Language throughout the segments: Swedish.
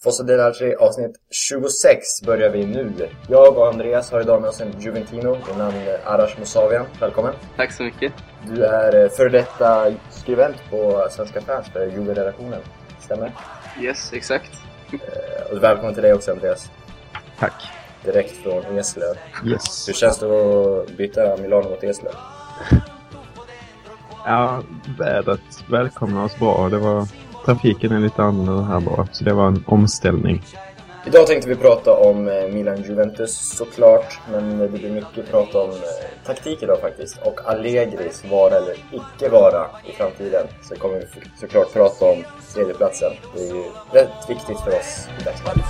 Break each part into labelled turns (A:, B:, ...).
A: Fossa del Alci avsnitt 26 börjar vi nu. Jag och Andreas har idag med oss en Juventino vid namn Arash Musavian. Välkommen.
B: Tack så mycket.
A: Du är före detta skribent på Svenska Fans för Juve-redaktionen. Stämmer?
B: Yes, exakt.
A: Och välkommen till dig också, Andreas.
C: Tack.
A: Direkt från Eslöv.
C: Yes.
A: Hur känns det att byta Milano mot Eslöv?
C: Ja, vädret välkomnar oss bra. Det var trafiken är lite annorlunda här bara, så det var en omställning.
A: Idag tänkte vi prata om Milan-Juventus såklart, men det blir mycket prata om taktik idag faktiskt. Och Allegris vara eller icke vara i framtiden. Så kommer vi såklart prata om tredjeplatsen. Det är ju rätt viktigt för oss i dagsläget.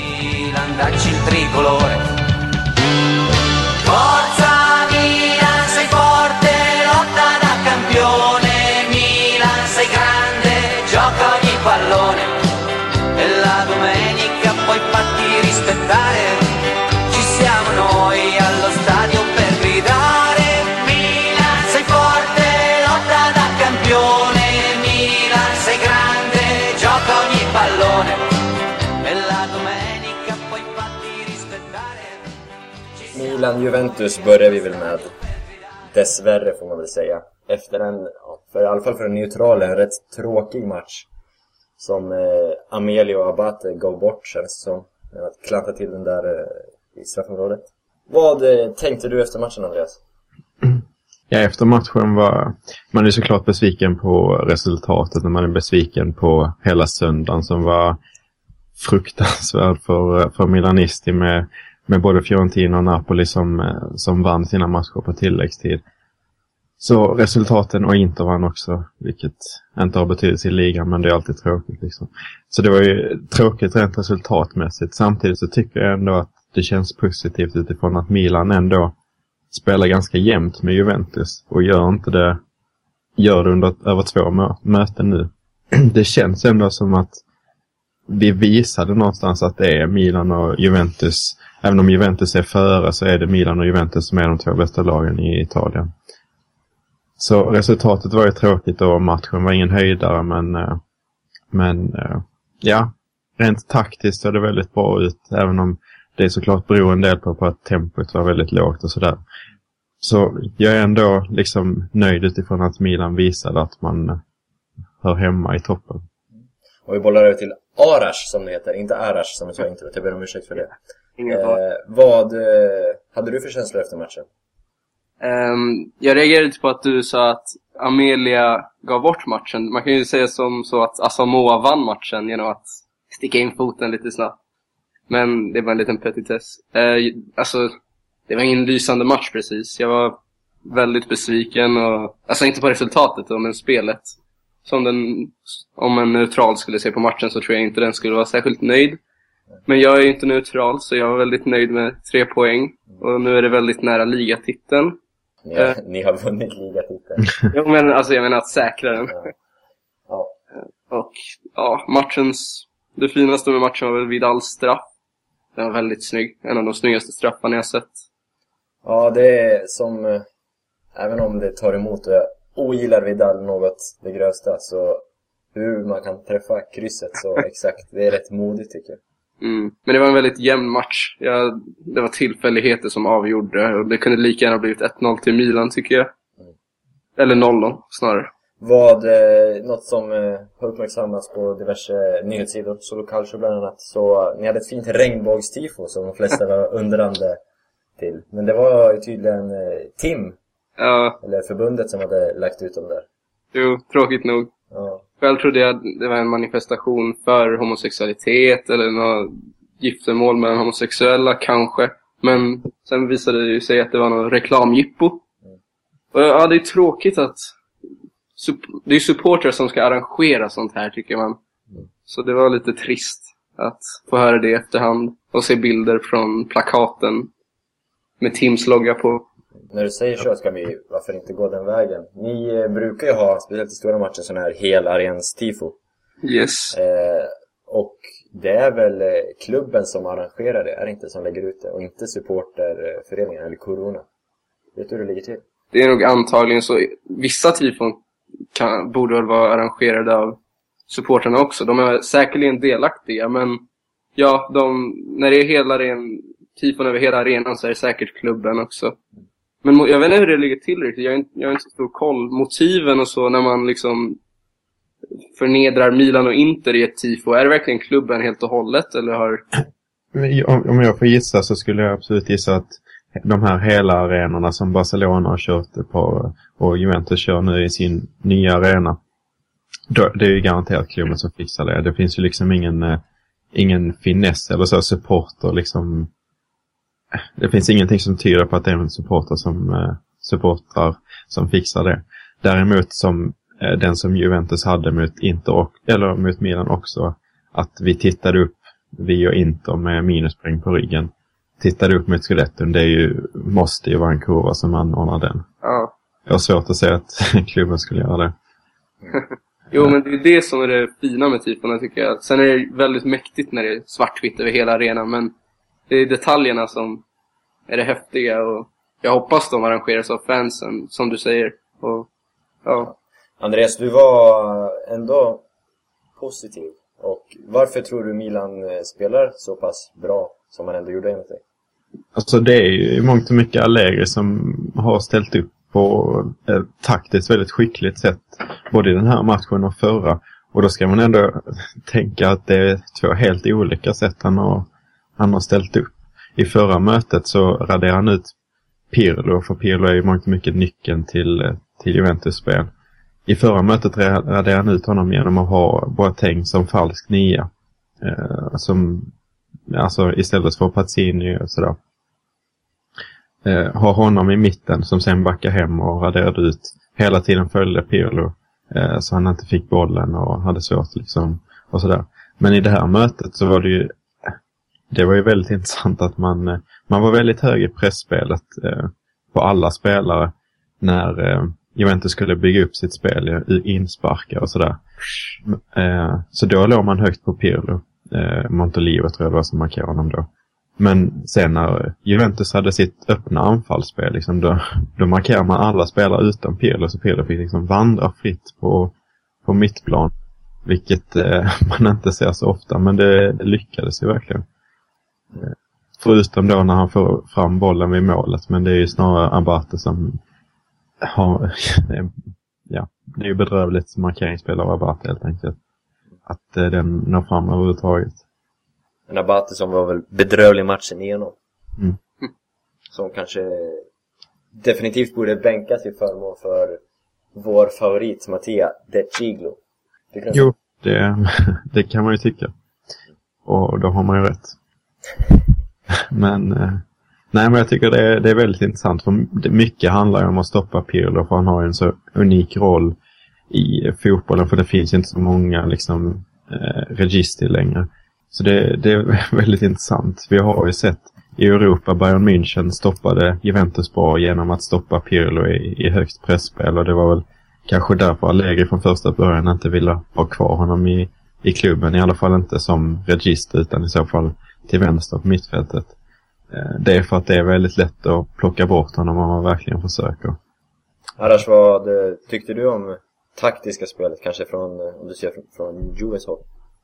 D: Forza Milan, sei forte, lotta da campione. Milan, sei grande, gioca ogni pallone. E la domenica puoi farti rispettare. Ci siamo noi allo stadio per gridare. Milan, sei forte, lotta da campione. Milan, sei grande, gioca ogni pallone. E la domenica puoi farti rispettare.
A: Milan-Juventus börjar vi väl med. Dessvärre får man väl säga. Efter en, för i alla fall för en neutral, en rätt tråkig match. Som Amelio och Abate gav bort, känns som. Med att klanta till den där i straffområdet. Vad tänkte du efter matchen, Andreas?
C: Ja, efter matchen var man är såklart besviken på resultatet. När man är besviken på hela söndagen som var fruktansvärd för Milanisti med både Fiorentina och Napoli som vann sina matcher på tilläggstid. Så resultaten och Inter vann också, vilket inte har betydelse i ligan, men det är alltid tråkigt liksom. Så det var ju tråkigt rent resultatmässigt. Samtidigt så tycker jag ändå att det känns positivt utifrån att Milan ändå spelar ganska jämnt med Juventus och gör det under över 2 möten nu. Det känns ändå som att vi visade någonstans att det är Milan och Juventus. Även om Juventus är före så är det Milan och Juventus som är de 2 bästa lagen i Italien. Så resultatet var ju tråkigt och matchen var ingen höjdare, men ja, rent taktiskt såg det väldigt bra ut, även om det såklart beror en del på att tempot var väldigt lågt och sådär. Så jag är ändå liksom nöjd utifrån att Milan visade att man hör hemma i toppen.
A: Och vi bollar över till Arash som det heter, inte Arash som jag sa inte, jag ber om ursäkt för det. Vad hade du för känslor efter matchen?
B: Jag reagerade på att du sa att Amelia gav bort matchen. Man kan ju säga som så att Asamoah vann matchen genom att sticka in foten lite snabbt. Men det var en liten petitess. Alltså, det var ingen lysande match precis. Jag var väldigt besviken. Alltså inte på resultatet, men spelet. Om en neutral skulle se på matchen så tror jag inte den skulle vara särskilt nöjd. Men jag är ju inte neutral, så jag var väldigt nöjd med 3 poäng. Och nu är det väldigt nära ligatiteln.
A: Ni har vunnit ligatiteln.
B: Jo, men alltså jag menar att säkra den.
A: Ja.
B: Och ja, det finaste med matchen var väl Vidals straff. Den var väldigt snygg. En av de snyggaste straffarna jag sett.
A: Ja, det är som, även om det tar emot och jag ogillar Vidal något det grövsta, så hur man kan träffa krysset så exakt, det är rätt modigt tycker jag.
B: Men det var en väldigt jämn match. Det var tillfälligheter som avgjorde. Och det kunde lika gärna blivit 1-0 till Milan tycker jag. Eller 0 snarare.
A: Något som har uppmärksammats på diverse nyhetssidor, Solo Calcio bland annat, så ni hade ett fint regnbågstifo som de flesta var undrande till. Men det var ju tydligen Tim, eller förbundet, som hade lagt ut dem där.
B: Jo, tråkigt nog.
A: Ja.
B: Själv trodde jag det var en manifestation för homosexualitet eller något giftermål mellan homosexuella kanske. Men sen visade det ju sig att det var något reklamjippo. Och ja, det är tråkigt att det är supportrar som ska arrangera sånt här tycker man. Så det var lite trist att få höra det i efterhand och se bilder från plakaten med Tims logga på.
A: När du säger så ska vi varför inte gå den vägen. Ni brukar ju ha, speciellt i stora matcher, sån här hel-arens tifo.
B: Yes.
A: Och det är väl klubben som arrangerar det, är det inte som lägger ut det, och inte supporterföreningen eller Corona. Vet du hur det ligger till?
B: Det är nog antagligen så. Vissa tifon borde väl vara arrangerade av supporterna också. De är säkerligen delaktiga, men Ja, när det är tifon över hela arenan så är det säkert klubben också. Men jag vet inte hur det ligger till riktigt. Jag har inte så stor koll. Motiven och så när man liksom förnedrar Milan och Inter i ett tifo. Är det verkligen klubben helt och hållet? Eller har...
C: Om jag får gissa så skulle jag absolut gissa att de här hela arenorna som Barcelona har kört på och Juventus kör nu i sin nya arena. Det är ju garanterat klubben som fixar det. Det finns ju liksom ingen finess eller så supporter liksom. Det finns ingenting som tyder på att det är en supporter supportrar som fixar det. Däremot som den som Juventus hade mot Inter eller mot Milan också, att vi tittade upp, vi och Inter med minuspoäng på ryggen, tittade upp mot Scudetton, måste ju vara en kurva som anordnar den.
B: Ja.
C: Jag har svårt att säga att klubben skulle göra det.
B: Jo, men det är det som är det fina med tifona, tycker jag. Sen är det väldigt mäktigt när det är svartvitt över hela arenan, men det är detaljerna som är det häftiga, och jag hoppas de arrangeras av fansen, som du säger. Och, ja.
A: Andreas, du var ändå positiv. Och varför tror du Milan spelar så pass bra som man ändå gjorde enligt dig?
C: Alltså det är ju mångt och mycket Allegri som har ställt upp på ett taktiskt väldigt skickligt sätt, både i den här matchen och förra. Och då ska man ändå tänka att det är två helt olika sätt han har ställt upp. I förra mötet så raderade han ut Pirlo, för Pirlo är ju mångt och mycket nyckeln till Juventus spel. I förra mötet raderade han ut honom genom att ha Boateng som falsk nia. Alltså istället för Pazzini och sådär. Ha honom i mitten som sen backar hem och raderade ut. Hela tiden följde Pirlo. Så han inte fick bollen och hade svårt liksom. Och sådär. Men i det här mötet så var det var ju väldigt intressant att man var väldigt hög i pressspelet på alla spelare när Juventus skulle bygga upp sitt spel i insparkar och sådär. Så då låg man högt på Pirlo. Montolivo tror jag det var som markerade honom då. Men sen när Juventus hade sitt öppna anfallsspel liksom, då markerar man alla spelare utom Pirlo, så Pirlo fick liksom vandra fritt på mittplan. Vilket man inte ser så ofta, men det lyckades ju verkligen. Förutom då när han får fram bollen vid målet, men det är ju snarare Abate som har det är ju bedrövligt markeringsspel av Abate helt enkelt. Att den når fram överhuvudtaget.
A: En Abate som var väl bedrövlig matchen igenom.
C: Mm.
A: Som kanske definitivt borde bänkas i förmån för vår favorit Mattia De Ciglo.
C: Jo, det kan man ju tycka. Och då har man ju rätt. Men nej, men jag tycker det är väldigt intressant, för mycket handlar ju om att stoppa Pirlo, för han har en så unik roll i fotbollen, för det finns inte så många liksom register längre. Så det är väldigt intressant. Vi har ju sett i Europa Bayern München stoppade Juventus bra genom att stoppa Pirlo i högt pressspel, och det var väl kanske därför Allegri från första början inte ville ha kvar honom i klubben, i alla fall inte som register utan i så fall till vänster på mittfältet. Det är för att det är väldigt lätt att plocka bort honom om man verkligen försöker.
A: Annars, vad tyckte du om taktiska spelet, kanske om du ser från Juves håll?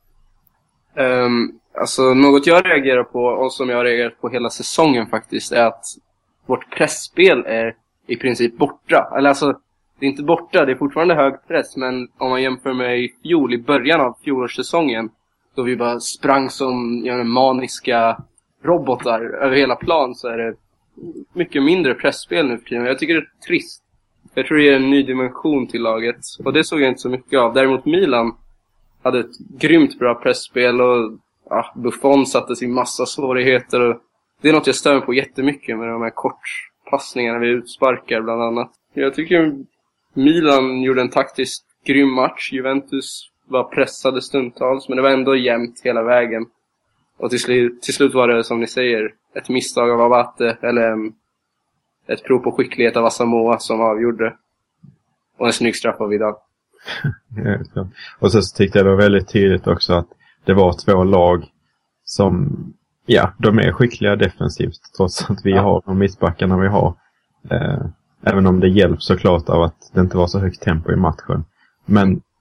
B: Alltså något jag reagerar på, och som jag har reagerat på hela säsongen faktiskt, är att vårt pressspel är i princip borta. Eller alltså, det är inte borta, det är fortfarande hög press, men om man jämför med i början av fjolårssäsongen, då vi bara sprang som maniska robotar över hela plan, så är det mycket mindre pressspel nu för tiden. Jag tycker det är trist. Jag tror det ger en ny dimension till laget, och det såg jag inte så mycket av. Däremot Milan hade ett grymt bra pressspel, och Buffon satte sig massa svårigheter, och det är något jag stör mig på jättemycket med de här kortpassningarna vid utsparkar bland annat. Jag tycker Milan gjorde en taktiskt grym match. Juventus var pressade stundtals, men det var ändå jämnt hela vägen. Och till slut var det, som ni säger, ett misstag av Abate, eller ett prov på skicklighet av Asamoah som avgjorde. Och en snygg straff av Vidal.
C: Ja. Och så tyckte jag det var väldigt tydligt också att det var två lag som, de är skickliga defensivt, trots att vi har de mittbackarna vi har. Även om det hjälps såklart av att det inte var så högt tempo i matchen. Men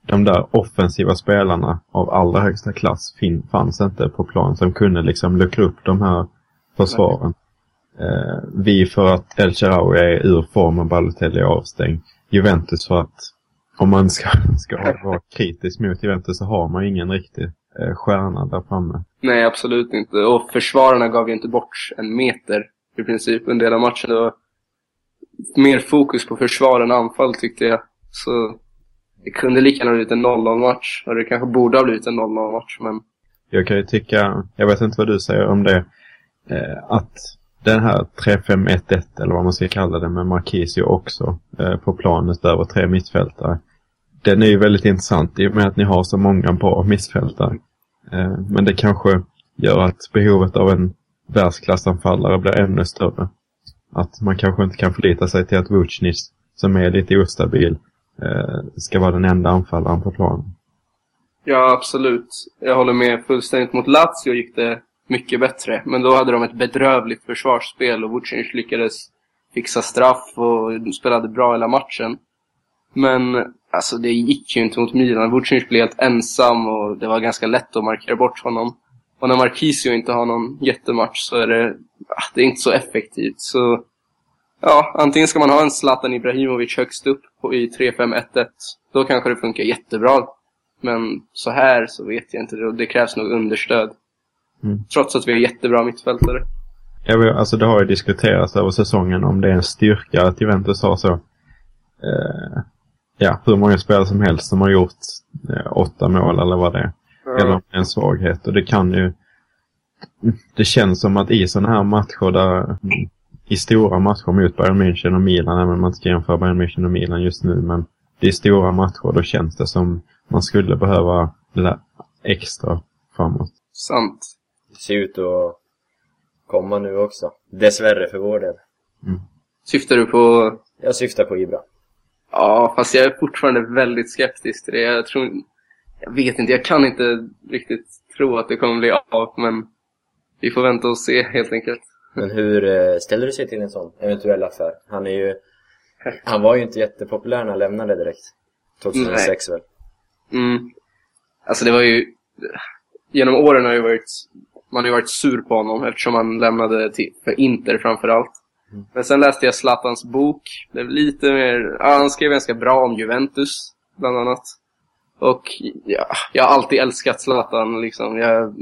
C: de där offensiva spelarna av allra högsta klass fanns inte på plan som kunde liksom luckra upp de här försvaren. Vi för att El Shaarawy är ur form och Balotelli är avstängd. Juventus för att om man ska vara kritisk mot Juventus så har man ingen riktig stjärna där framme.
B: Nej, absolut inte. Och försvararna gav ju inte bort en meter i princip under hela matchen. Det var mer fokus på försvar än anfall tyckte jag. Så det kunde lika gärna blivit en 0-0-match. Och det kanske borde ha blivit en 0-0-match. Men...
C: Jag kan ju tycka, jag vet inte vad du säger om det, att den här 3-5-1-1 eller vad man ska kalla det med Marquisio också på planet över 3 mittfältare. Den är ju väldigt intressant i och med att ni har så många bra mittfältare. Men det kanske gör att behovet av en världsklassanfallare blir ännu större. Att man kanske inte kan förlita sig till att Vucinic, som är lite ostabil, ska vara den enda anfallaren på planen.
B: Ja, absolut. Jag håller med fullständigt. Mot Lazio gick det mycket bättre. Men då hade de ett bedrövligt försvarsspel och Vucinic lyckades fixa straff och spelade bra hela matchen. Men alltså det gick ju inte mot Milan. Vucinic blev helt ensam och det var ganska lätt att markera bort honom. Och när Marquisio inte har någon jättematch så är det är inte så effektivt. Så ja, antingen ska man ha en Zlatan Ibrahimovic högst upp i 3-5-1-1. Då kanske det funkar jättebra. Men så här så vet jag inte. Det krävs nog understöd. Trots att vi har jättebra mittfältare.
C: Ja, alltså det har ju diskuterats över säsongen om det är en styrka att Juventus har så hur många spelare som helst som har gjort 8 mål eller vad det är. Eller en svaghet. Och det kan ju, det känns som att i sådana här matcher där, i stora matcher mot Bayern München och Milan, även om man inte ska jämföra Bayern München och Milan just nu, men det är stora matcher, då känns det som man skulle behöva extra framåt.
B: Sant.
A: Det ser ut att komma nu också. Dessvärre för vår del.
B: Syftar du på...
A: Jag syftar på Ibra.
B: Ja, fast jag är fortfarande väldigt skeptisk till det. Jag vet inte, jag kan inte riktigt tro att det kommer bli av, men vi får vänta och se helt enkelt.
A: Men hur ställer du sig till en sån eventuell affär? Han var ju inte jättepopulär när han lämnade direkt. 2006 väl?
B: Alltså det var ju... Genom åren har man har ju varit sur på honom eftersom han lämnade för Inter framförallt. Men sen läste jag Zlatans bok. Det är lite mer... han skrev ganska bra om Juventus, bland annat. Och jag har alltid älskat Zlatan. Liksom.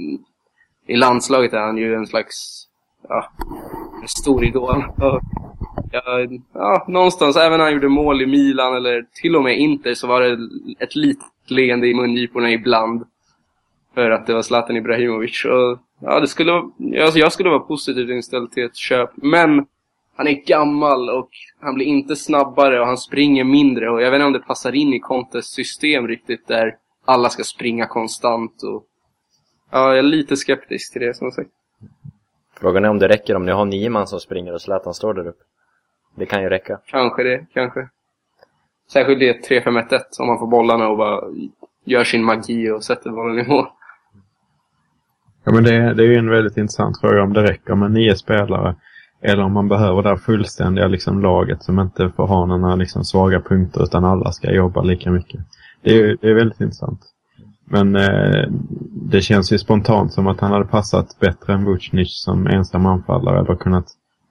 B: I landslaget är han ju en slags en stor idol. Någonstans, även när han gjorde mål i Milan eller till och med Inter, så var det ett litet leende i mungiporna ibland. För att det var Zlatan Ibrahimovic. Och, jag skulle vara positivt inställd till ett köp. Men han är gammal och han blir inte snabbare och han springer mindre. Och jag vet inte om det passar in i Contes system riktigt där alla ska springa konstant. Och, jag är lite skeptisk till det som sagt.
A: Frågan är om det räcker om ni har 9 man som springer och Zlatan står där uppe. Det kan ju räcka.
B: Kanske. Särskilt det 3-5-1-1 om man får bollarna och bara gör sin magi och sätter bollen i mål.
C: Ja, men det är ju en väldigt intressant fråga om det räcker med 9 spelare. Eller om man behöver det fullständiga liksom, laget som inte får ha några liksom, svaga punkter utan alla ska jobba lika mycket. Det är väldigt intressant. Men det känns ju spontant som att han hade passat bättre än Vucinic som ensam anfallare eller kunnat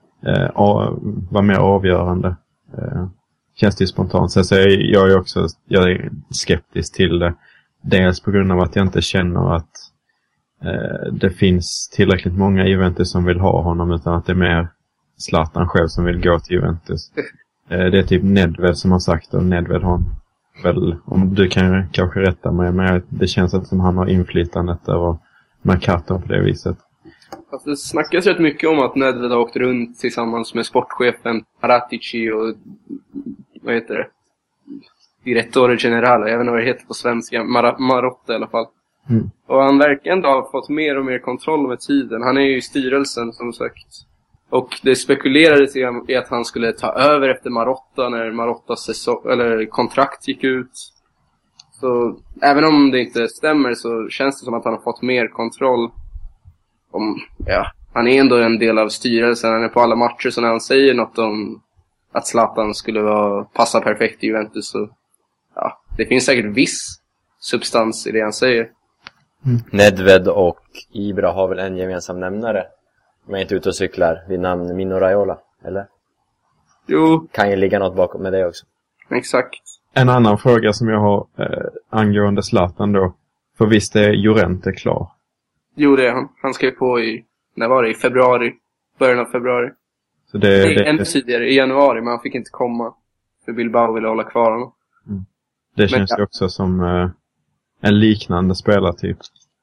C: vara mer avgörande. Känns det ju spontant. Så jag är skeptisk till det. Dels på grund av att jag inte känner att det finns tillräckligt många Juventus som vill ha honom, utan att det är mer Zlatan själv som vill gå till Juventus. Det är typ Nedved som har sagt, och Nedved har väl, om du kan kanske rätta mig, men det känns inte som han har inflytandet över Mercato på det viset.
B: Alltså, det snackas rätt mycket om att Nedved har åkt runt tillsammans med sportchefen Paratici och vad heter det? Direttore Generale, jag vet inte vad det heter på svenska, Marotta i alla fall. Och han verkar ändå ha fått mer och mer kontroll med tiden. Han är ju i styrelsen som sagt. Och det spekulerades i att han skulle ta över efter Marotta när Marottas kontrakt gick ut. Så även om det inte stämmer så känns det som att han har fått mer kontroll. Han är ändå en del av styrelsen. Han är på alla matcher, så när han säger något om att Zlatan skulle passa perfekt i Juventus så det finns säkert viss substans i det han säger.
A: Nedved och Ibra har väl en gemensam nämnare. Men inte ute och cyklar vid namn Mino Raiola, eller?
B: Jo,
A: Kan ju ligga något bakom med det också.
B: exakt.
C: En annan fråga som jag har angående Zlatan då. För visst är Llorente klar?
B: Jo, det är han. Han skrev på när var det? I februari. Början av februari.
C: Så
B: Nej, ännu tidigare. I januari, men han fick inte komma. För Bilbao ville hålla kvar honom.
C: det känns ju också som en liknande spelartyp.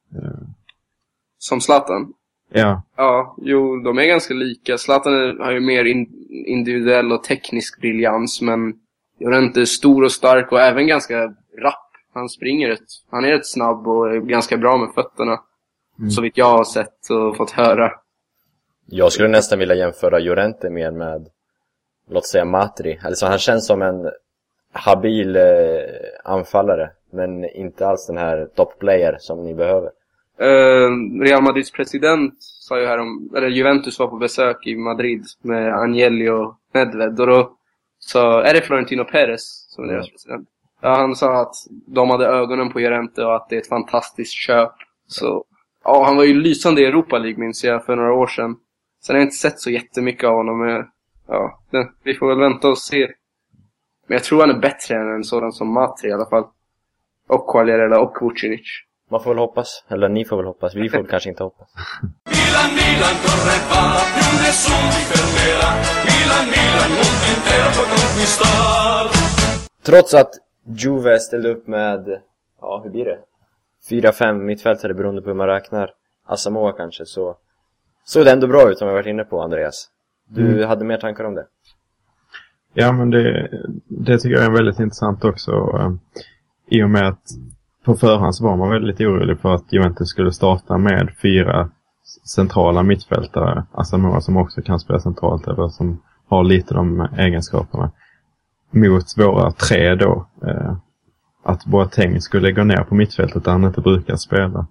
B: Som Zlatan?
C: Ja.
B: Ja, jo, de är ganska lika. Zlatan har ju mer individuell och teknisk briljans, men Llorente är stor och stark och även ganska rapp. Han är rätt snabb och är ganska bra med fötterna. Så vitt jag har sett och fått höra.
A: Jag skulle nästan vilja jämföra Llorente mer med, låt säga, Matri. Alltså han känns som en habil anfallare, men inte alls den här topplayer som ni behöver.
B: Real Madrids president sa ju eller Juventus var på besök i Madrid med Agnelli och Nedved, och då så är det Florentino Perez som är deras president. Ja, han sa att de hade ögonen på Llorente och att det är ett fantastiskt köp. Så ja, han var ju lysande i Europa League, minns jag, för några år sedan. Sen har jag inte sett så jättemycket av honom. Men, ja, vi får väl vänta och se. Men jag tror han är bättre än en sådan som Matri i alla fall. Och Quagliarella och Vucinic.
A: Man får väl hoppas, eller ni får väl hoppas. Vi får väl kanske inte hoppas.
E: Milan, Milan, correva, più nessuno mi fermerà. Milan, Milan, mondo intero può conquistar.
A: Trots att Juve ställde upp med, ja, hur blir det? 4-5 mittfältare beroende på hur man räknar. Asamoah kanske, så det ändå bra ut som jag varit inne på, Andreas. Du hade mer tankar om det?
C: Ja, men det tycker jag är väldigt intressant också. I och med att på förhand så var man väldigt orolig för att Juventus skulle starta med 4 centrala mittfältare. Asamoah som också kan spela centralt, eller som har lite de egenskaperna. Mot våra 3 då. Att Boateng skulle gå ner på mittfältet där han inte brukar spela.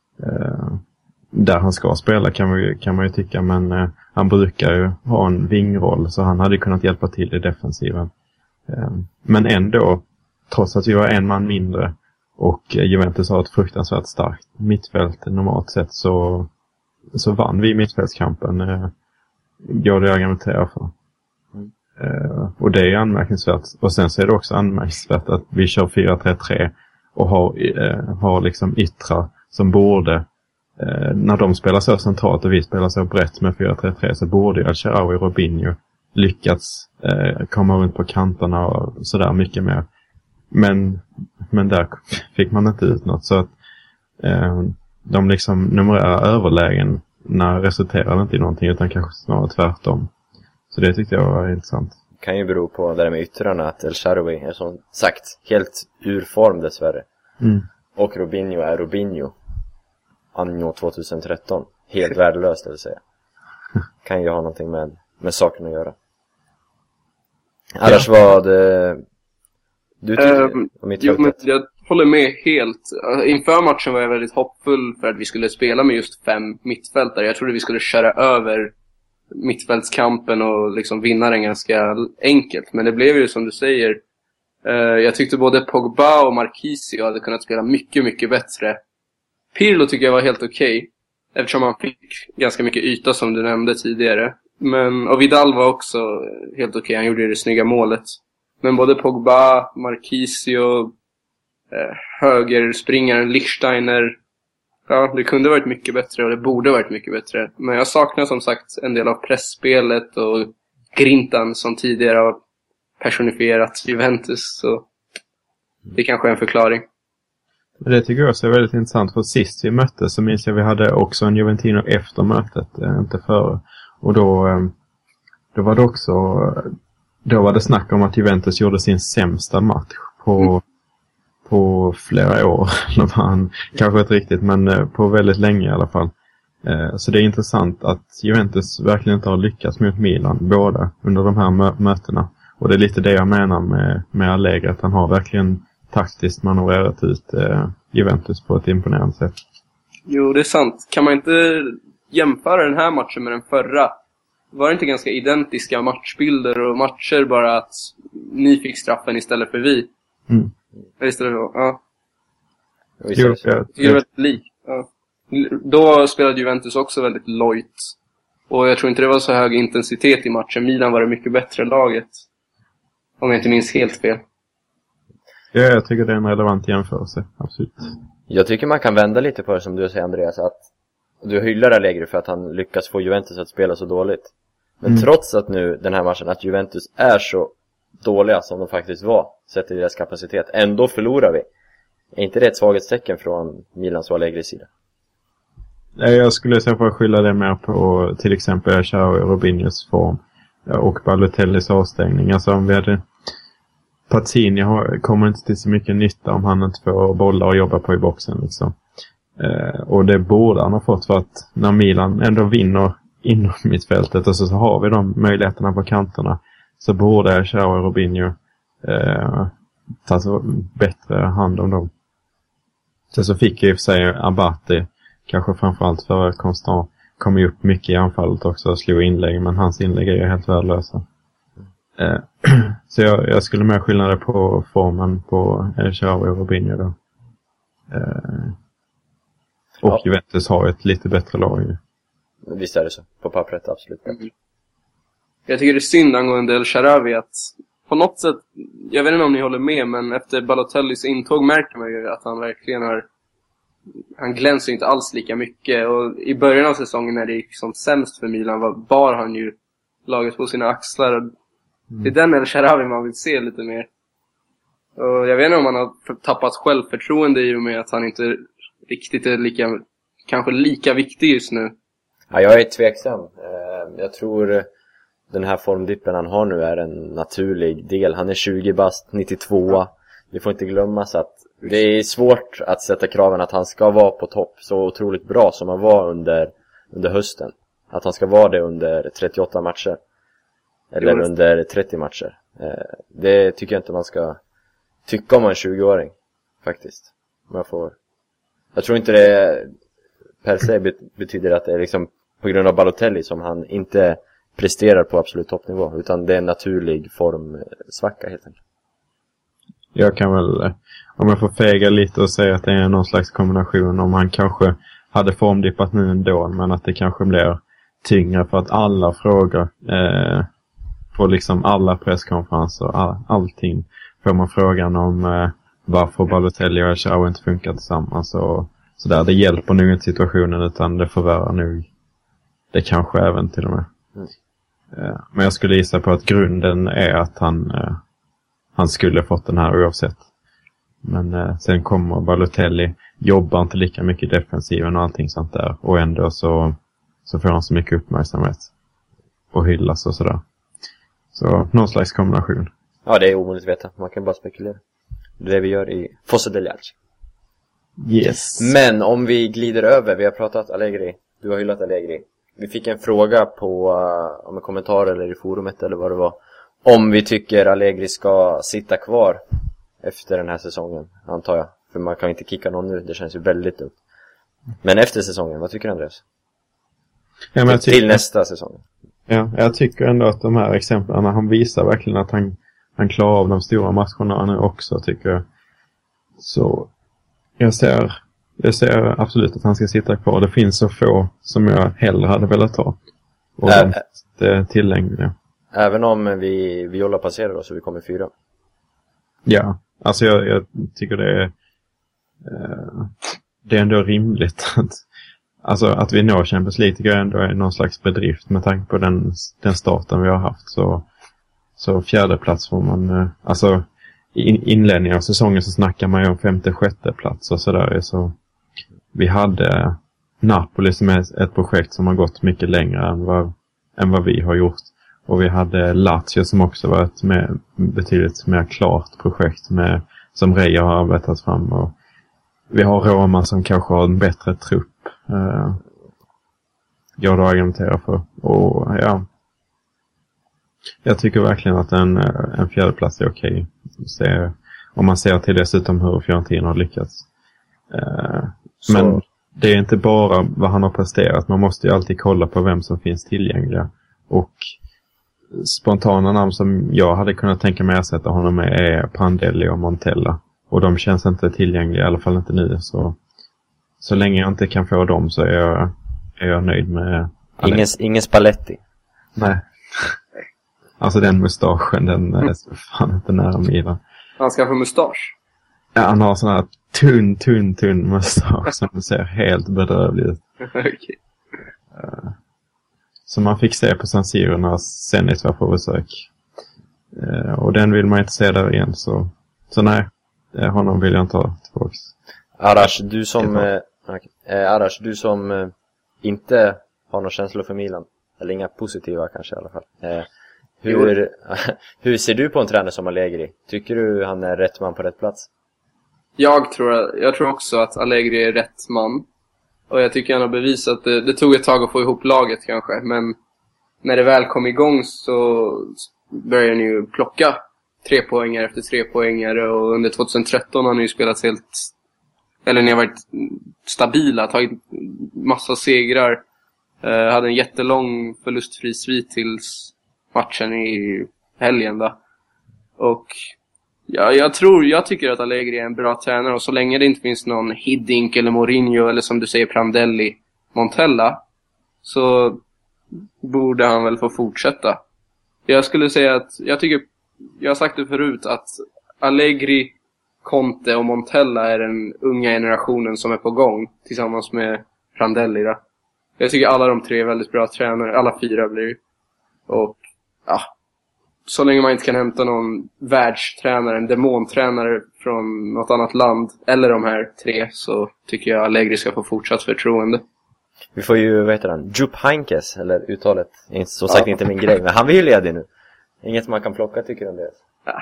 C: Där han ska spela kan man ju tycka, men han brukar ju ha en vingroll, så han hade kunnat hjälpa till i defensiven. Men ändå, trots att vi var en man mindre och Juventus har ett fruktansvärt starkt mittfält normalt sett, så vann vi mittfältskampen. Går det jag argumenterar för. Och det är anmärkningsvärt. Och sen så är det också anmärkningsvärt att vi kör 4-3-3 och har liksom yttrar som borde, när de spelar så centralt och vi spelar så brett med 4-3-3, så borde ju El-Shaarawy och Robinho lyckats komma runt på kanterna och sådär mycket mer. Men där fick man inte ut något, så att de liksom numerära överlägen när resulterar inte i någonting, utan kanske snarare tvärtom. Så det tyckte jag var intressant.
A: Kan ju bero på det där med yttrarna, att El-Shaarawy är som sagt helt ur form dessvärre. Och Robinho är Robinho anno 2013. Helt värdelöst, det vill säga. Kan ju ha någonting med saken att göra. Annars vad du tycker om mittfältet?
B: Jag håller med helt. Inför matchen var jag väldigt hoppfull för att vi skulle spela med just 5 mittfältare. Jag trodde vi skulle köra över mittfältskampen och liksom vinna den ganska enkelt. Men det blev ju som du säger. Jag tyckte både Pogba och Marquisio hade kunnat spela mycket, mycket bättre. Pirlo tycker jag var helt okej, eftersom han fick ganska mycket yta som du nämnde tidigare. Och Vidal var också helt okej. Han gjorde det snygga målet. Men både Pogba, Marquisio, högerspringaren Lichtsteiner, ja, det kunde varit mycket bättre och det borde varit mycket bättre. Men jag saknar som sagt en del av pressspelet och grintan som tidigare har personifierat Juventus. Så det kanske är en förklaring.
C: Det tycker jag också är väldigt intressant, för sist vi möttes så minns jag vi hade också en Juventino efter mötet, inte före. Och då var det också, då var det snack om att Juventus gjorde sin sämsta match på flera år. Kanske inte riktigt, men på väldigt länge i alla fall. Så det är intressant att Juventus verkligen inte har lyckats mot Milan båda under de här mötena. Och det är lite det jag menar med Allegri, att han har verkligen taktiskt manövrerat ut Juventus på ett imponerande sätt. Jo, det är sant. Kan man inte jämföra den här matchen med den förra? Var det inte ganska identiska matchbilder och matcher, bara att ni fick straffen istället för vi? Istället för, ja. Jo,
B: Jag tycker det är väldigt lik. Ja. Då spelade Juventus också väldigt lojt. Och jag tror inte det var så hög intensitet i matchen. Milan var det mycket bättre laget. Om jag inte minns helt fel.
C: Ja, jag tycker det är en relevant jämförelse. Absolut.
A: Jag tycker man kan vända lite på det som du säger, Andreas. Att du hyllar Allegri för att han lyckas få Juventus att spela så dåligt. Men trots att nu den här matchen att Juventus är så dåliga som de faktiskt var, sett i deras kapacitet, ändå förlorar vi. Är inte det ett svaghetstecken från Milans och Allegris sida?
C: Jag skulle säga för att skylla det mer på till exempel Xhaka och Robinhos form och Balotellis avstängning. Alltså om vi hade Pazzini kommer inte till så mycket nytta om han inte får bollar och jobba på i boxen liksom. Och det borde han ha fått, för att när Milan ändå vinner inom mittfältet och så har vi de möjligheterna på kanterna, så borde Xhaka och Robinho ta så bättre hand om dem. Så fick jag i och för sig Abate, kanske framförallt för att Constant kom ju upp mycket i anfallet också och slog inlägg, men hans inlägg är ju helt värdelösa. Så jag skulle mer skilja det på formen på Xhaka och Robinho då. Och Juventus har ett lite bättre lag.
A: Visst är det så, på pappret absolut.
B: Jag tycker det är synd angående El Shaarawy att på något sätt, jag vet inte om ni håller med, men efter Balotellis intåg märker man ju att han verkligen han glänser inte alls lika mycket. Och i början av säsongen när det gick som sämst för Milan bar han ju laget på sina axlar. Det är den El Shaarawy man vill se lite mer. Och jag vet inte om han har tappat självförtroende i och med att han inte riktigt är kanske lika viktig just nu.
A: Ja, jag är tveksam. Jag tror den här formdippen han har nu är en naturlig del. Han är 20 bast, 92. Vi får inte glömma så att det är svårt att sätta kraven att han ska vara på topp så otroligt bra som han var under hösten. Att han ska vara det under 38 matcher. Eller under 30 matcher. Det tycker jag inte man ska tycka om en 20-åring. Faktiskt. Jag tror inte det per se betyder att det är liksom på grund av Balotelli som han inte presterar på absolut toppnivå. Utan det är en naturlig formsvacka helt enkelt.
C: Jag kan väl, om jag får fega lite och säga att det är någon slags kombination, om han kanske hade formdippat nu ändå, men att det kanske blir tyngre för att alla frågor på liksom alla presskonferenser, allting får man frågan om varför Balotelli och Xhaka inte funkar tillsammans och sådär. Det hjälper nog inte situationen, utan det förvärrar nog det kanske även till och med. Men jag skulle gissa på att grunden är att han skulle fått den här oavsett. Men sen kommer Balotelli, jobbar inte lika mycket i defensiven och allting sånt där. Och ändå så får han så mycket uppmärksamhet och hyllas och sådär. Så någon slags kombination.
A: Ja, det är omöjligt att veta. Man kan bara spekulera. Det är det vi gör i Fosse del Jacci.
C: Yes.
A: Men om vi glider över, vi har pratat Allegri. Du har hyllat Allegri. Vi fick en fråga om en kommentar eller i forumet eller vad det var. Om vi tycker Allegri ska sitta kvar efter den här säsongen, antar jag. För man kan inte kicka någon nu, det känns ju väldigt dumt. Men efter säsongen, vad tycker Andreas?
C: Ja, men
A: till nästa säsong.
C: Ja, jag tycker ändå att de här exemplen, han visar verkligen att han klarar av de stora matcherna nu också, tycker jag. Så jag ser absolut att han ska sitta kvar. Det finns så få som jag hellre hade velat ta. Och det är tillgängliga.
A: Även om Viola passerar då, så vi kommer 4.
C: Ja, alltså jag tycker det är ändå rimligt att vi når Champions League, tycker jag ändå är någon slags bedrift med tanke på den starten vi har haft. Så 4:e plats får man, alltså i inledningen av säsongen så snackar man ju om 5:e, 6:e plats och sådär. Så vi hade Napoli som är ett projekt som har gått mycket längre än vad vi har gjort. Och vi hade Lazio som också var ett betydligt mer klart projekt som Reja har arbetat fram. Och vi har Roma som kanske har en bättre trupp. Jag då argumenterar för. Och ja, jag tycker verkligen att en 4:e plats är okej. Om man ser till dessutom hur Fiorentina har lyckats. Men det är inte bara vad han har presterat. Man måste ju alltid kolla på vem som finns tillgängliga. Och spontana namn som jag hade kunnat tänka mig ersätta honom med är Prandelli och Montella. Och de känns inte tillgängliga, i alla fall inte nu. Så länge jag inte kan få dem så är jag nöjd med
A: Ingen Spalletti.
C: Nej. Alltså den mustaschen, den är så fan inte nära Milan.
B: Han ska få mustasch.
C: Ja, han har sån här tunn mustasch som ser helt bedrövlig ut.
B: Okay.
C: Som man fick se på San Siro när Zenit var på besök. Och den vill man inte se där igen, så nej, honom vill jag inte ha tillbaka.
A: Arash, du som inte har några känslor för Milan, eller inga positiva kanske i alla fall. Hur ser du på en tränare som Allegri? Tycker du han är rätt man på rätt plats?
B: Jag tror också att Allegri är rätt man. Och jag tycker han har bevisat det tog ett tag att få ihop laget kanske, men när det väl kom igång så började han ju plocka 3-poängare efter 3-poängare, och under 2013 har han ju spelat ni har varit stabila, tagit massa segrar. Hade en jättelång förlustfri svit tills matchen i helgen då. Och jag tycker att Allegri är en bra tränare, och så länge det inte finns någon Hiddink eller Mourinho eller som du säger Prandelli, Montella, så borde han väl få fortsätta. Jag skulle säga att jag har sagt det förut, att Allegri, Conte och Montella är den unga generationen som är på gång tillsammans med Prandelli då. Jag tycker alla de tre är väldigt bra tränare, alla fyra blir. Och så länge man inte kan hämta någon världstränare, en demontränare från något annat land, eller de här tre, så tycker jag Allegri ska få fortsatt förtroende.
A: Vi får ju, vad heter han? Jupp Heynckes, eller uttalet. Som sagt inte min grej, men han är ju ledig nu. Inget man kan plocka, tycker jag, det.
B: Ja.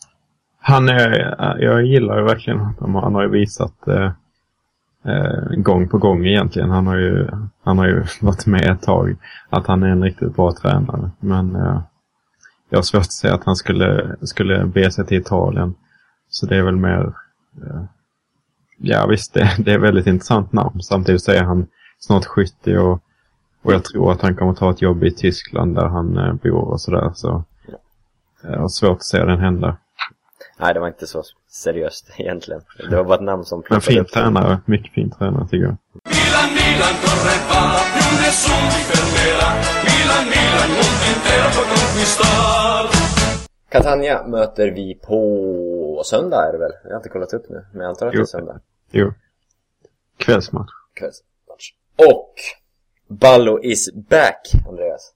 C: Jag gillar ju verkligen att han har ju visat gång på gång egentligen. Han har ju varit med ett tag att han är en riktigt bra tränare. Men jag har svårt att säga att han skulle be sig till Italien. Så det är väl mer... ja visst, det är väldigt intressant namn. Samtidigt så är han snart 70 och jag tror att han kommer ta ett jobb i Tyskland där han bor och sådär. Så jag har svårt att se den hända.
A: Nej, det var inte så seriöst egentligen. Det var bara ett namn som...
C: Men fin tränare, mycket fin tränare tycker jag.
E: Milan tornerà, più nessuno ti fermerà. Milan, mondo intero può conquistar.
A: Catania möter vi på söndag, är det väl? Jag har inte kollat upp nu, men jag antar att det är söndag.
C: Jo. Kvällsmatch.
A: Och Ballo is back, Andreas.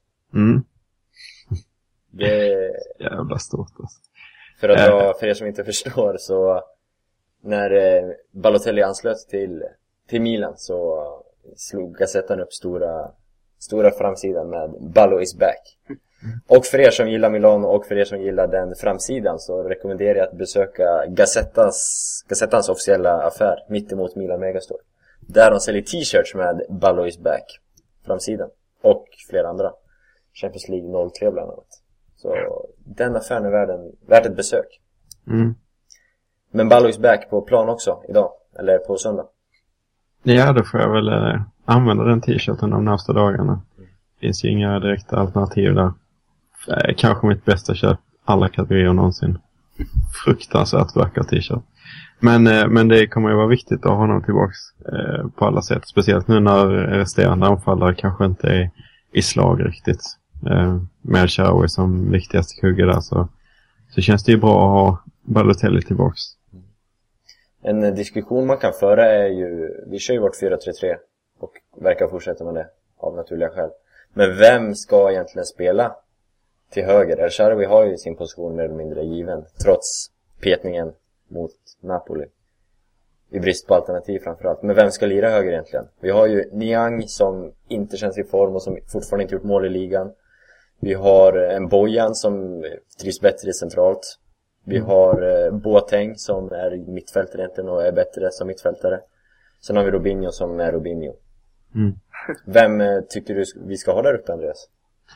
A: Det...
C: Jävla stort alltså.
A: För er som inte förstår, så när Balotelli anslöt till Milan så slog Gazettan upp stora framsidan med Ballo is back. Och för er som gillar Milano och för er som gillar den framsidan, så rekommenderar jag att besöka Gazettans officiella affär mitt emot Milan Megastore. Där de säljer t-shirts med Ballo is back framsidan och flera andra. Champions League 03 bland annat. Så den affären är värt ett besök. Men Ballo is back på plan också idag, eller på söndag.
C: Ja, då får jag väl använda den t-shirten de närmaste dagarna. Finns ju inga direkta alternativ där. Kanske mitt bästa köp alla kategorier någonsin. Fruktansvärt vacker t-shirt. Men det kommer ju vara viktigt att ha honom tillbaks på alla sätt. Speciellt nu när resterande anfallare kanske inte är i slag riktigt. Med Shaarawy som viktigaste kugge där, så känns det ju bra att ha Balotelli tillbaks.
A: En diskussion man kan föra är ju, vi kör ju vårt 4-3-3 och verkar fortsätta med det av naturliga skäl. Men vem ska egentligen spela till höger? El Shaarawy har ju sin position mer eller mindre given, trots petningen mot Napoli. I brist på alternativ framförallt. Men vem ska lira höger egentligen? Vi har ju Niang som inte känns i form och som fortfarande inte gjort mål i ligan. Vi har en Bojan som trivs bättre centralt. Vi har Boateng som är mittfältare egentligen och är bättre som mittfältare. Sen har vi Robinho som är Robinho. Vem tycker du vi ska ha där uppe, Andreas?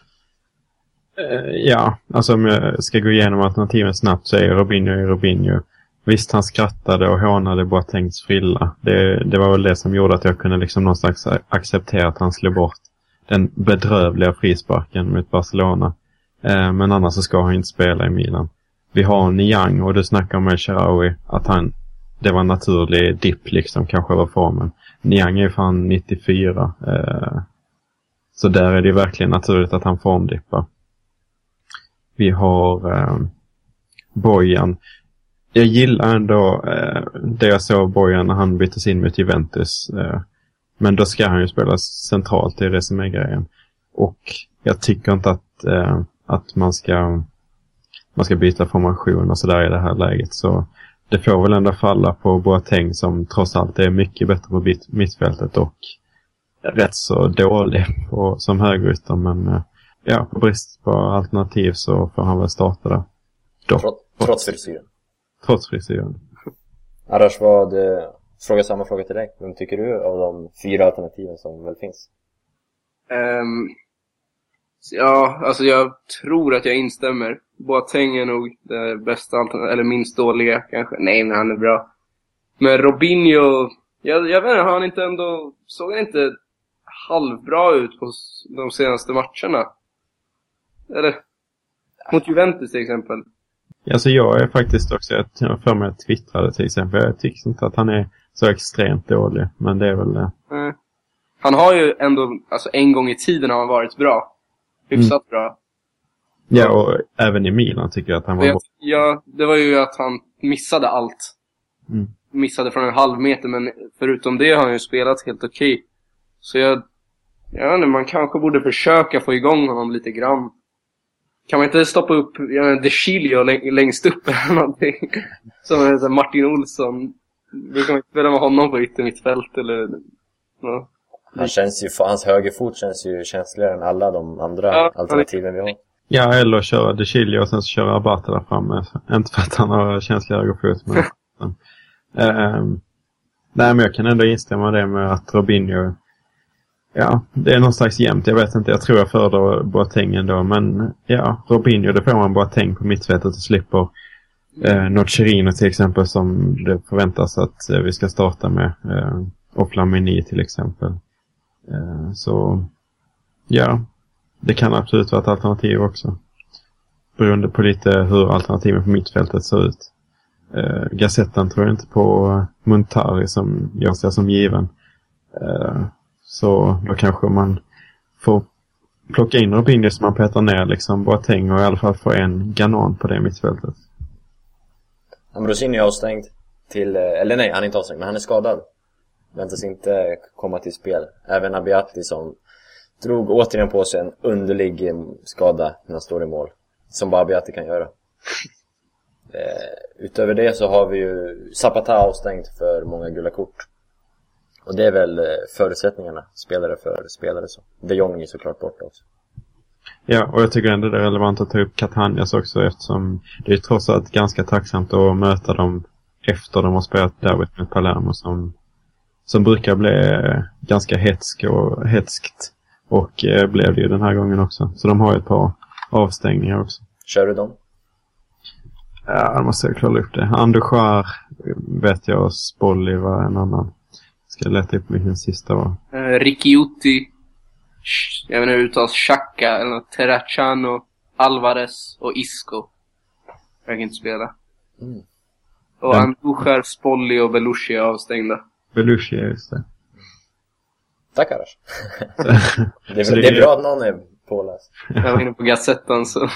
C: Ja, alltså om jag ska gå igenom alternativen snabbt så är Robinho. Visst, han skrattade och hånade Boatengs frilla. Det var väl det som gjorde att jag kunde liksom någonstans acceptera att han slog bort den bedrövliga frisparken mot Barcelona. Men annars så ska han inte spela i Milan. Vi har Niang och du snackar med El Shaarawy att det var en naturlig dipp liksom kanske över formen. Niang är fan 94. Så där är det verkligen naturligt att han formdippar. Vi har Bojan. Jag gillar ändå det jag såg Bojan när han byttes in mot Juventus. Men då ska han ju spela centralt, det är det som är grejen. Och jag tycker inte att man ska byta formation och sådär i det här läget. Så det får väl ändå falla på Boateng som trots allt är mycket bättre på mittfältet och rätt så dålig som högerytter. Men på brist på alternativ så får han väl starta där.
A: Trots frisyren.
C: Trots frisyren.
A: Arash, samma fråga till dig. Vem tycker du av de 4 alternativen som väl finns?
B: Ja, alltså jag tror att jag instämmer. Boateng är nog det bästa alternativet, eller minst dåliga kanske. Nej, men han är bra. Men Robinho, jag vet inte, såg han inte halvbra ut på de senaste matcherna? Eller mot Juventus till exempel.
C: Alltså jag är faktiskt också, jag för mig att twittrade till exempel. Jag tycker inte att han är så extremt dålig, men det är väl det.
B: Han har ju ändå, alltså en gång i tiden har han varit bra. Hyfsat bra.
C: Ja, och även i Milan tycker jag att han var bra.
B: Ja, det var ju att han missade allt. Missade från en halv meter, men förutom det har han ju spelat helt okej. Så jag vet inte, man kanske borde försöka få igång honom lite grann. Kan man inte stoppa upp De Chilio längst upp eller någonting? Som Martin Olsson. Brukar man inte spela med honom på yttermittfält eller... Ja.
A: Hans högerfot känns ju känsligare än alla de andra alternativen vi har.
C: Ja, eller köra De Chilio och sen så köra Abate där framme. Inte för att han har känsligare högerfot, men... nej, men jag kan ändå instämma det med att Robinho... Ja, det är någon slags jämnt. Jag vet inte, jag tror jag föredrar Boateng ändå. Men ja, Robinho, det får man Boateng på mittfältet och slipper Nocerino till exempel, som det förväntas att vi ska starta med. Och Flamini till exempel. Så ja, det kan absolut vara ett alternativ också. Beroende på lite hur alternativen på mittfältet ser ut. Gazettan tror jag inte på Montari som jag ser som given. Så då kanske man får plocka in Robinho som man petar ner liksom Boateng och i alla fall få en Ganon på det mittfältet.
A: Ambrosini är avstängd till, eller nej, han är inte avstängd, men han är skadad. Väntas inte komma till spel. Även Abate som drog återigen på sig en underlig skada när han står i mål. Som bara Abate kan göra. Utöver det så har vi ju Zapata avstängd för många gula kort. Och det är väl förutsättningarna, spelare för spelare så. De Jong är såklart borta också.
C: Ja, och jag tycker ändå det är relevant att ta upp Catanhas också, eftersom det är trots allt ganska tacksamt att möta dem efter de har spelat derbyt med Palermo som brukar bli ganska hetskt och blev det ju den här gången också. Så de har ju ett par avstängningar också.
A: Kör du dem?
C: Ja, jag måste klara upp det. Andujar vet jag, Spolli var en annan. Ska leta upp vilken sista var.
B: Rikiuti, jag vet inte, uttalas Xhaka eller Terracciano, Alvarez och Isco. Jag kan inte spela. Och Andujar, Spolli och Belushi är avstängda.
C: Belushi, just det.
A: Tack, Arash. det är bra att någon är påläst.
B: Jag var inne på Gazettan så...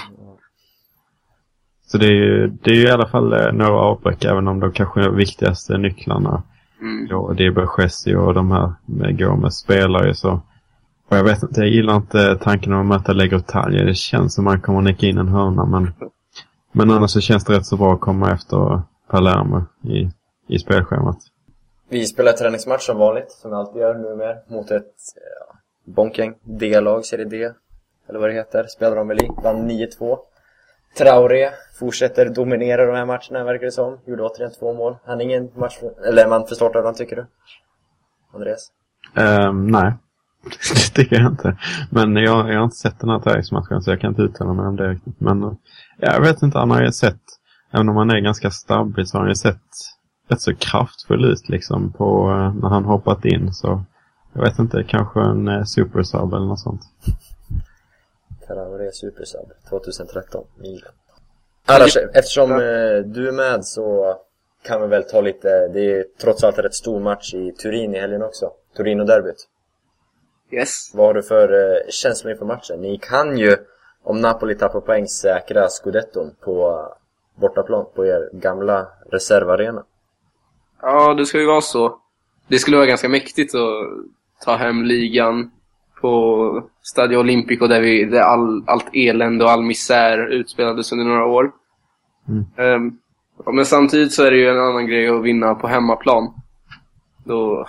C: Så det är ju i alla fall några avbräck, även om de kanske viktigaste nycklarna. Ja, det är Bergessi och de här med Gomes spelar ju så. Och jag vet inte, jag gillar inte tanken om att möta Legrotalje. Det känns som man kommer nicka in en hörna, men annars så känns det rätt så bra att komma efter Palermo i spelschemat. Vi
A: spelar träningsmatch som vanligt, som vi alltid gör nu med, mot ett bonkgäng D-lag, serie D, eller vad det heter. Spelar de väl i, vann 9-2. Traoré fortsätter dominera de här matcherna, verkar det som. Gjorde återigen 2 mål. Han är ingen match eller man för startaren, tycker du? Andreas?
C: Nej, det tycker jag inte. Men jag har inte sett den här träningsmatchen, så jag kan inte uttala mig om det riktigt. Men jag vet inte, han har ju sett, även om han är ganska stabbig, så har han ju sett rätt så kraftfull ut liksom på när han hoppat in. Så jag vet inte, kanske en supersub eller något sånt.
A: Traoré supersub 2013 Milan. Annars, eftersom du är med så kan vi väl ta lite, det är trots allt en rätt stor match i Turin i helgen också. Torino-derbyt.
B: Yes.
A: Vad har du för känslor inför matchen? Ni kan ju, om Napoli tappar poäng, säkra Scudetton på bortaplan på er gamla reservarena.
B: Ja, det ska ju vara så. Det skulle vara ganska mäktigt att ta hem ligan på Stadio Olimpico där allt elände och all misär utspelades under några år. Men samtidigt så är det ju en annan grej att vinna på hemmaplan. Då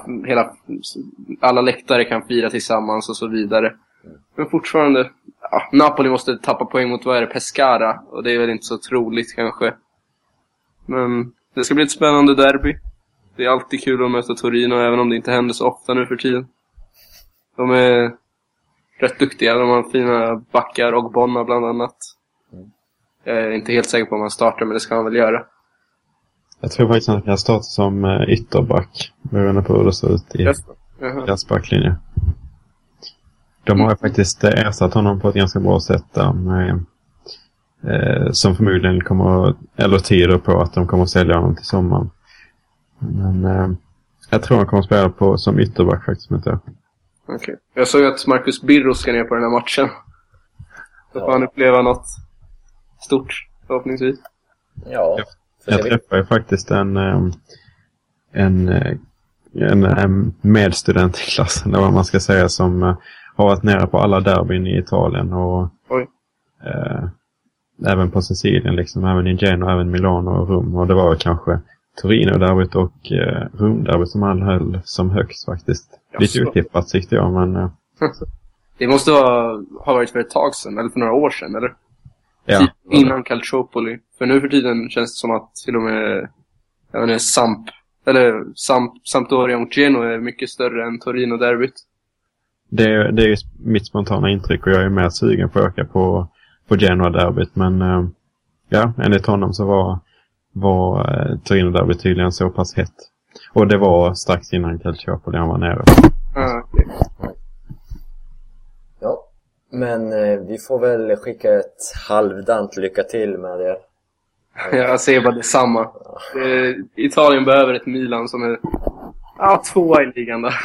B: alla läktare kan fira tillsammans och så vidare. Men fortfarande, Napoli måste tappa poäng mot, vad är det, Pescara. Och det är väl inte så troligt kanske. Men det ska bli ett spännande derby. Det är alltid kul att möta Torino, även om det inte händer så ofta nu för tiden. De är rätt duktiga, de har fina backar och Bonna bland annat. Jag är inte helt säker på om han startar, men det ska han väl göra.
C: Jag tror faktiskt att han kan starta som ytterback. Beroende på hur det ser ut i deras backlinje. De har ju faktiskt ersatt honom på ett ganska bra sätt där med, som förmodligen kommer, eller tyder på att de kommer att sälja honom till sommaren. Men jag tror han kommer att spela på som ytterback faktiskt.
B: Okej. Jag såg att Marcus Birro ska ner på den här matchen. Då får han uppleva något stort, förhoppningsvis.
A: Ja.
C: Jag träffade faktiskt en medstudent i klassen, eller vad man ska säga, som har varit nere på alla derbyn i Italien och även på Sicilien liksom, även i Genoa, även Milano och Rom. Och det var kanske Torino-derbyt och Rom-derbyt som han höll som högst faktiskt. Lite utippat tyckte jag, men...
B: Det måste ha varit för ett tag sedan, eller för några år sedan, eller?
C: Ja.
B: Innan Calciopoli. För nu för tiden känns det som att till och med Sampdoria mot Genoa är mycket större än Torino-derbyt.
C: Det är ju mitt spontana intryck, och jag är mer sugen på att öka på Genoa-derbyt. Men ja, enligt honom så var Torino-derbyt tydligen så pass hett. Och det var strax innan Calciopoli han var nere.
B: Okay.
A: Ja, men vi får väl skicka ett halvdant lycka till med det.
B: Jag ser bara detsamma. Italien behöver ett Milan som är tvåa i ligan där.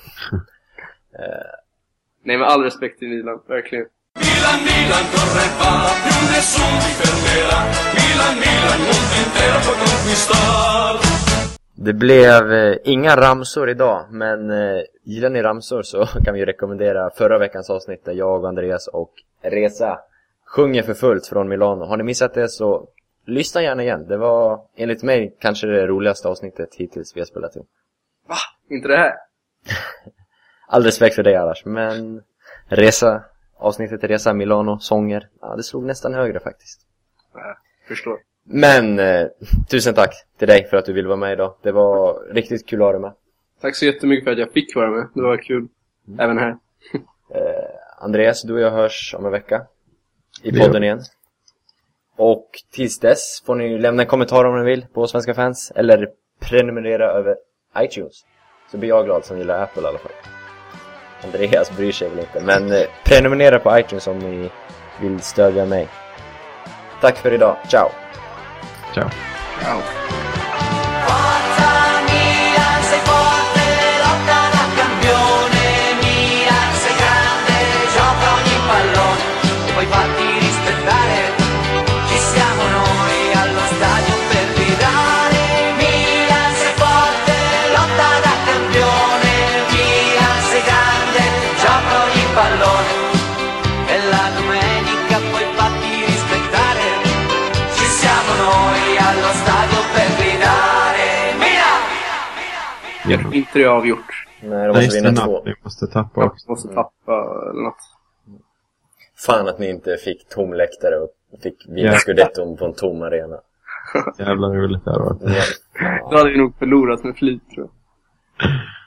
B: Nej, med all respekt till Milan, verkligen.
E: Milan corre va, più nessuno ti fermerà. Milan, mondo intero può conquistar.
A: Det blev inga ramsor idag, men gillar ni ramsor så kan vi rekommendera förra veckans avsnitt där jag, Andreas och Reza sjunger för fullt från Milano. Har ni missat det så lyssna gärna igen. Det var enligt mig kanske det roligaste avsnittet hittills vi har spelat in.
B: Va? Inte det här?
A: All respekt för dig Arash, men avsnittet Resa Milano, sånger, det slog nästan högre faktiskt.
B: Förstår.
A: Men tusen tack till dig för att du ville vara med idag. Det var riktigt kul att ha dig med.
B: Tack så jättemycket för att jag fick vara med. Det var kul, även här.
A: Andreas, du och jag hörs om en vecka i podden igen. Och tills dess får ni lämna en kommentar om ni vill på Svenska Fans, eller prenumerera över iTunes. Så blir jag glad som gillar Apple i alla fall. Andreas bryr sig väl inte, men prenumerera på iTunes om ni vill stödja mig. Tack för idag, ciao!
C: Ciao!
B: Ciao!
D: Forza Milan, sei forte, lotta da campione. Milan, sei grande, gioca ogni pallone e poi fatti rispettare. Ci siamo noi allo stadio per gridare. Milan, sei forte, lotta da campione. Milan, sei grande, gioca ogni pallone e la domenica poi fatti rispettare. Ci siamo noi allo stadio per gridare. Milan!
B: Inte det avgjort.
A: Nej, de måste vinna 2.
C: Vi måste tappa också.
B: Måste tappa eller något.
A: Fan att ni inte fick tom läktare och fick vinna Scudetton på en tom arena.
C: Jävlar roligt det här var.
B: Då hade vi nog förlorat med flit, tror jag.